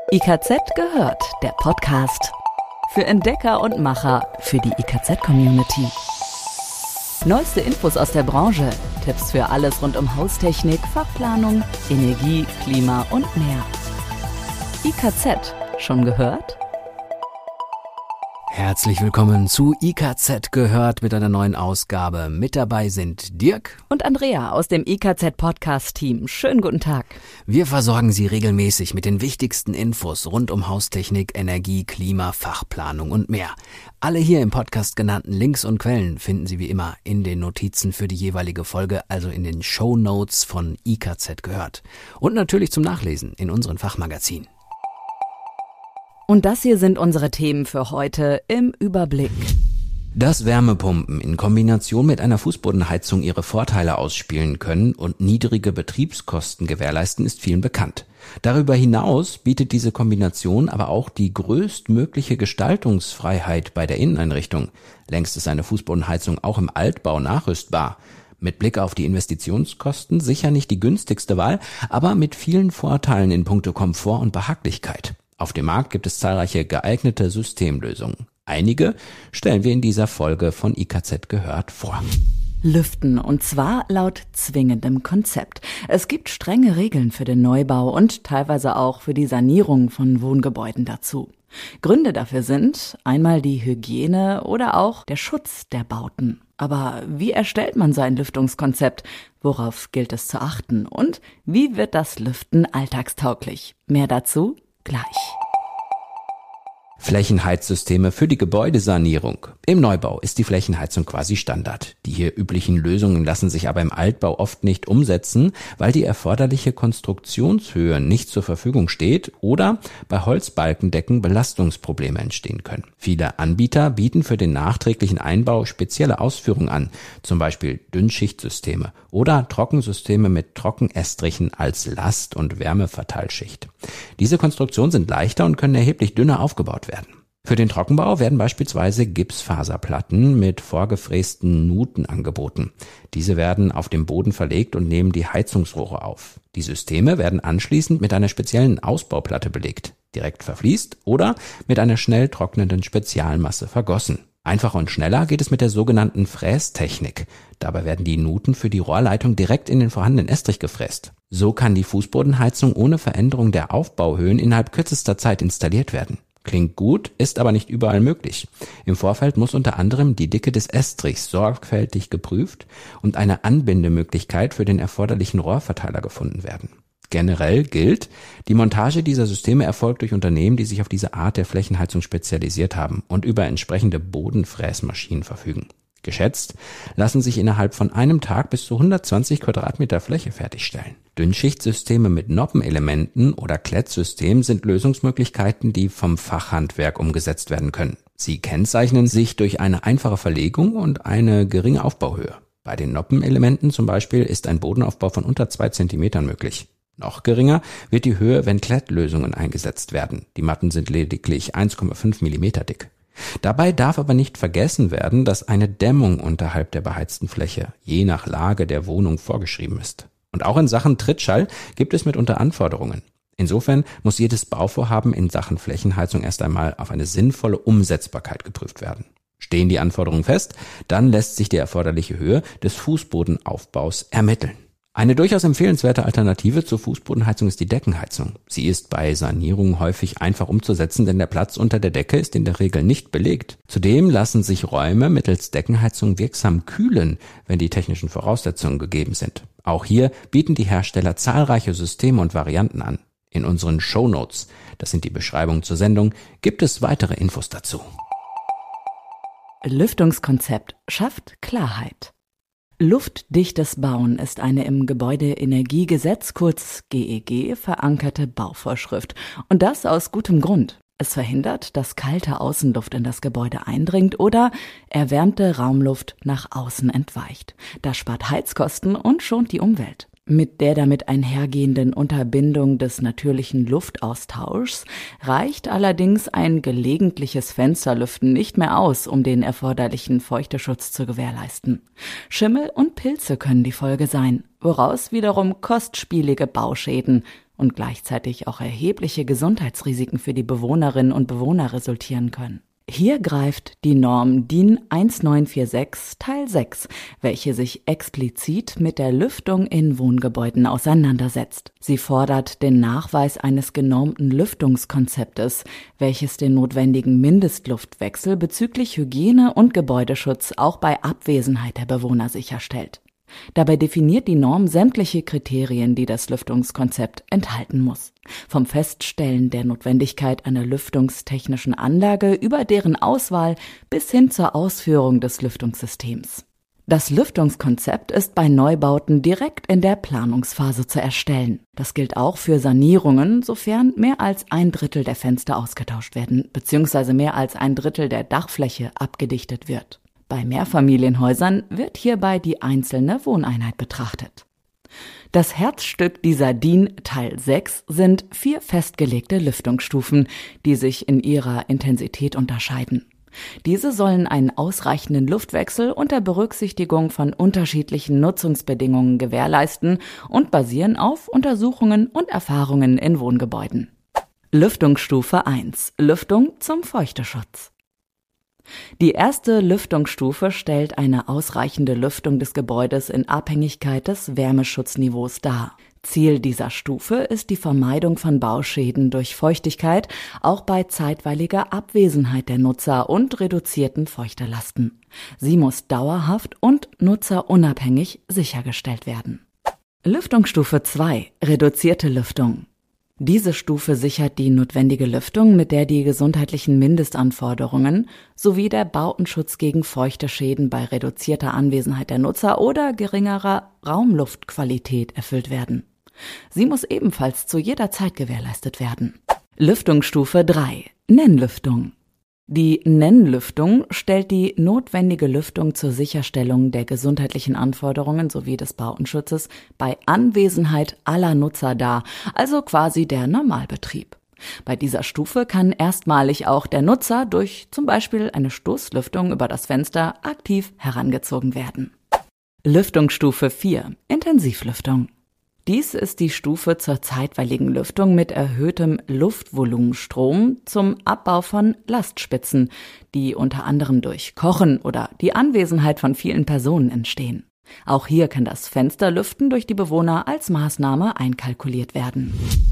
IKZ gehört, der Podcast. Für Entdecker und Macher, für die IKZ-Community. Neueste Infos aus der Branche, Tipps für alles rund um Haustechnik, Fachplanung, Energie, Klima und mehr. IKZ, schon gehört? Herzlich willkommen zu IKZ gehört mit einer neuen Ausgabe. Mit dabei sind Dirk und Andrea aus dem IKZ-Podcast-Team. Schönen guten Tag. Wir versorgen Sie regelmäßig mit den wichtigsten Infos rund um Haustechnik, Energie, Klima, Fachplanung und mehr. Alle hier im Podcast genannten Links und Quellen finden Sie wie immer in den Notizen für die jeweilige Folge, also in den Shownotes von IKZ gehört. Und natürlich zum Nachlesen in unseren Fachmagazinen. Und das hier sind unsere Themen für heute im Überblick. Dass Wärmepumpen in Kombination mit einer Fußbodenheizung ihre Vorteile ausspielen können und niedrige Betriebskosten gewährleisten, ist vielen bekannt. Darüber hinaus bietet diese Kombination aber auch die größtmögliche Gestaltungsfreiheit bei der Inneneinrichtung. Längst ist eine Fußbodenheizung auch im Altbau nachrüstbar. Mit Blick auf die Investitionskosten sicher nicht die günstigste Wahl, aber mit vielen Vorteilen in puncto Komfort und Behaglichkeit. Auf dem Markt gibt es zahlreiche geeignete Systemlösungen. Einige stellen wir in dieser Folge von IKZ gehört vor. Lüften, und zwar laut zwingendem Konzept. Es gibt strenge Regeln für den Neubau und teilweise auch für die Sanierung von Wohngebäuden dazu. Gründe dafür sind einmal die Hygiene oder auch der Schutz der Bauten. Aber wie erstellt man sein Lüftungskonzept? Worauf gilt es zu achten? Und wie wird das Lüften alltagstauglich? Mehr dazu gleich. Flächenheizsysteme für die Gebäudesanierung. Im Neubau ist die Flächenheizung quasi Standard. Die hier üblichen Lösungen lassen sich aber im Altbau oft nicht umsetzen, weil die erforderliche Konstruktionshöhe nicht zur Verfügung steht oder bei Holzbalkendecken Belastungsprobleme entstehen können. Viele Anbieter bieten für den nachträglichen Einbau spezielle Ausführungen an, zum Beispiel Dünnschichtsysteme oder Trockensysteme mit Trockenestrichen als Last- und Wärmeverteilschicht. Diese Konstruktionen sind leichter und können erheblich dünner aufgebaut werden. Für den Trockenbau werden beispielsweise Gipsfaserplatten mit vorgefrästen Nuten angeboten. Diese werden auf dem Boden verlegt und nehmen die Heizungsrohre auf. Die Systeme werden anschließend mit einer speziellen Ausbauplatte belegt, direkt verfließt oder mit einer schnell trocknenden Spezialmasse vergossen. Einfacher und schneller geht es mit der sogenannten Frästechnik. Dabei werden die Nuten für die Rohrleitung direkt in den vorhandenen Estrich gefräst. So kann die Fußbodenheizung ohne Veränderung der Aufbauhöhen innerhalb kürzester Zeit installiert werden. Klingt gut, ist aber nicht überall möglich. Im Vorfeld muss unter anderem die Dicke des Estrichs sorgfältig geprüft und eine Anbindemöglichkeit für den erforderlichen Rohrverteiler gefunden werden. Generell gilt, die Montage dieser Systeme erfolgt durch Unternehmen, die sich auf diese Art der Flächenheizung spezialisiert haben und über entsprechende Bodenfräsmaschinen verfügen. Geschätzt lassen sich innerhalb von einem Tag bis zu 120 Quadratmeter Fläche fertigstellen. Dünnschichtsysteme mit Noppenelementen oder Klettsystemen sind Lösungsmöglichkeiten, die vom Fachhandwerk umgesetzt werden können. Sie kennzeichnen sich durch eine einfache Verlegung und eine geringe Aufbauhöhe. Bei den Noppenelementen zum Beispiel ist ein Bodenaufbau von unter 2 Zentimetern möglich. Noch geringer wird die Höhe, wenn Klettlösungen eingesetzt werden. Die Matten sind lediglich 1,5 Millimeter dick. Dabei darf aber nicht vergessen werden, dass eine Dämmung unterhalb der beheizten Fläche je nach Lage der Wohnung vorgeschrieben ist. Und auch in Sachen Trittschall gibt es mitunter Anforderungen. Insofern muss jedes Bauvorhaben in Sachen Flächenheizung erst einmal auf eine sinnvolle Umsetzbarkeit geprüft werden. Stehen die Anforderungen fest, dann lässt sich die erforderliche Höhe des Fußbodenaufbaus ermitteln. Eine durchaus empfehlenswerte Alternative zur Fußbodenheizung ist die Deckenheizung. Sie ist bei Sanierungen häufig einfach umzusetzen, denn der Platz unter der Decke ist in der Regel nicht belegt. Zudem lassen sich Räume mittels Deckenheizung wirksam kühlen, wenn die technischen Voraussetzungen gegeben sind. Auch hier bieten die Hersteller zahlreiche Systeme und Varianten an. In unseren Shownotes, das sind die Beschreibungen zur Sendung, gibt es weitere Infos dazu. Lüftungskonzept schafft Klarheit. Luftdichtes Bauen ist eine im Gebäudeenergiegesetz, kurz GEG, verankerte Bauvorschrift. Und das aus gutem Grund. Es verhindert, dass kalte Außenluft in das Gebäude eindringt oder erwärmte Raumluft nach außen entweicht. Das spart Heizkosten und schont die Umwelt. Mit der damit einhergehenden Unterbindung des natürlichen Luftaustauschs reicht allerdings ein gelegentliches Fensterlüften nicht mehr aus, um den erforderlichen Feuchteschutz zu gewährleisten. Schimmel und Pilze können die Folge sein, woraus wiederum kostspielige Bauschäden und gleichzeitig auch erhebliche Gesundheitsrisiken für die Bewohnerinnen und Bewohner resultieren können. Hier greift die Norm DIN 1946 Teil 6, welche sich explizit mit der Lüftung in Wohngebäuden auseinandersetzt. Sie fordert den Nachweis eines genormten Lüftungskonzeptes, welches den notwendigen Mindestluftwechsel bezüglich Hygiene und Gebäudeschutz auch bei Abwesenheit der Bewohner sicherstellt. Dabei definiert die Norm sämtliche Kriterien, die das Lüftungskonzept enthalten muss. Vom Feststellen der Notwendigkeit einer lüftungstechnischen Anlage über deren Auswahl bis hin zur Ausführung des Lüftungssystems. Das Lüftungskonzept ist bei Neubauten direkt in der Planungsphase zu erstellen. Das gilt auch für Sanierungen, sofern mehr als 1/3 der Fenster ausgetauscht werden bzw. mehr als 1/3 der Dachfläche abgedichtet wird. Bei Mehrfamilienhäusern wird hierbei die einzelne Wohneinheit betrachtet. Das Herzstück dieser DIN Teil 6 sind 4 festgelegte Lüftungsstufen, die sich in ihrer Intensität unterscheiden. Diese sollen einen ausreichenden Luftwechsel unter Berücksichtigung von unterschiedlichen Nutzungsbedingungen gewährleisten und basieren auf Untersuchungen und Erfahrungen in Wohngebäuden. Lüftungsstufe 1 – Lüftung zum Feuchteschutz. Die erste Lüftungsstufe stellt eine ausreichende Lüftung des Gebäudes in Abhängigkeit des Wärmeschutzniveaus dar. Ziel dieser Stufe ist die Vermeidung von Bauschäden durch Feuchtigkeit, auch bei zeitweiliger Abwesenheit der Nutzer und reduzierten Feuchtelasten. Sie muss dauerhaft und nutzerunabhängig sichergestellt werden. Lüftungsstufe 2 – Reduzierte Lüftung. Diese Stufe sichert die notwendige Lüftung, mit der die gesundheitlichen Mindestanforderungen sowie der Bautenschutz gegen feuchte Schäden bei reduzierter Anwesenheit der Nutzer oder geringerer Raumluftqualität erfüllt werden. Sie muss ebenfalls zu jeder Zeit gewährleistet werden. Lüftungsstufe 3 – Nennlüftung. Die Nennlüftung stellt die notwendige Lüftung zur Sicherstellung der gesundheitlichen Anforderungen sowie des Bautenschutzes bei Anwesenheit aller Nutzer dar, also quasi der Normalbetrieb. Bei dieser Stufe kann erstmalig auch der Nutzer durch zum Beispiel eine Stoßlüftung über das Fenster aktiv herangezogen werden. Lüftungsstufe 4 – Intensivlüftung. Dies ist die Stufe zur zeitweiligen Lüftung mit erhöhtem Luftvolumenstrom zum Abbau von Lastspitzen, die unter anderem durch Kochen oder die Anwesenheit von vielen Personen entstehen. Auch hier kann das Fensterlüften durch die Bewohner als Maßnahme einkalkuliert werden.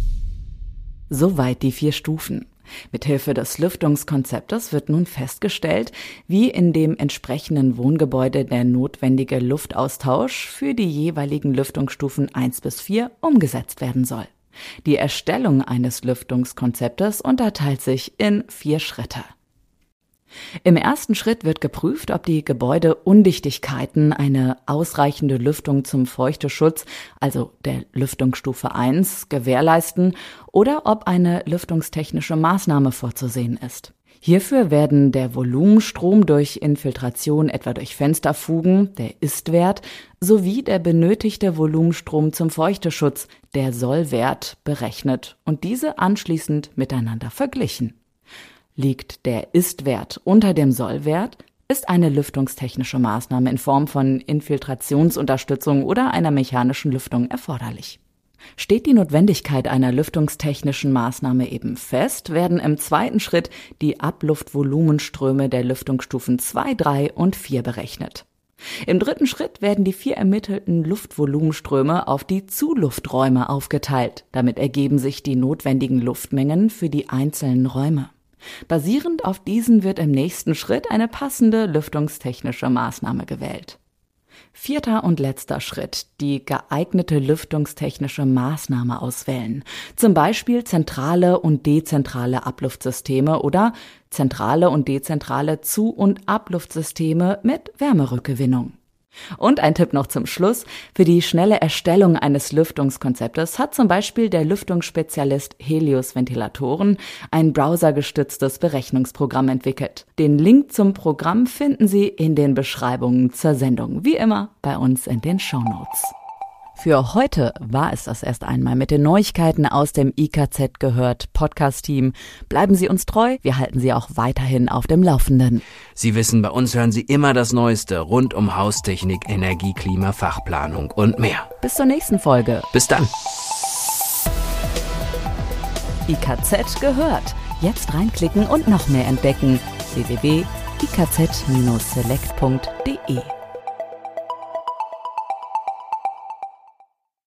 Soweit die 4 Stufen. Mithilfe des Lüftungskonzeptes wird nun festgestellt, wie in dem entsprechenden Wohngebäude der notwendige Luftaustausch für die jeweiligen Lüftungsstufen 1 bis 4 umgesetzt werden soll. Die Erstellung eines Lüftungskonzeptes unterteilt sich in 4 Schritte. Im ersten Schritt wird geprüft, ob die Gebäudeundichtigkeiten eine ausreichende Lüftung zum Feuchteschutz, also der Lüftungsstufe 1, gewährleisten oder ob eine lüftungstechnische Maßnahme vorzusehen ist. Hierfür werden der Volumenstrom durch Infiltration etwa durch Fensterfugen, der Ist-Wert, sowie der benötigte Volumenstrom zum Feuchteschutz, der Soll-Wert, berechnet und diese anschließend miteinander verglichen. Liegt der Ist-Wert unter dem Soll-Wert, ist eine lüftungstechnische Maßnahme in Form von Infiltrationsunterstützung oder einer mechanischen Lüftung erforderlich. Steht die Notwendigkeit einer lüftungstechnischen Maßnahme eben fest, werden im zweiten Schritt die Abluftvolumenströme der Lüftungsstufen 2, 3 und 4 berechnet. Im dritten Schritt werden die 4 ermittelten Luftvolumenströme auf die Zulufträume aufgeteilt. Damit ergeben sich die notwendigen Luftmengen für die einzelnen Räume. Basierend auf diesen wird im nächsten Schritt eine passende lüftungstechnische Maßnahme gewählt. 4. und letzter Schritt: die geeignete lüftungstechnische Maßnahme auswählen. Zum Beispiel zentrale und dezentrale Abluftsysteme oder zentrale und dezentrale Zu- und Abluftsysteme mit Wärmerückgewinnung. Und ein Tipp noch zum Schluss: Für die schnelle Erstellung eines Lüftungskonzeptes hat zum Beispiel der Lüftungsspezialist Helios Ventilatoren ein browsergestütztes Berechnungsprogramm entwickelt. Den Link zum Programm finden Sie in den Beschreibungen zur Sendung, wie immer bei uns in den Shownotes. Für heute war es das erst einmal mit den Neuigkeiten aus dem IKZ gehört Podcast-Team. Bleiben Sie uns treu, wir halten Sie auch weiterhin auf dem Laufenden. Sie wissen, bei uns hören Sie immer das Neueste rund um Haustechnik, Energie, Klima, Fachplanung und mehr. Bis zur nächsten Folge. Bis dann. IKZ gehört. Jetzt reinklicken und noch mehr entdecken. www.ikz-select.de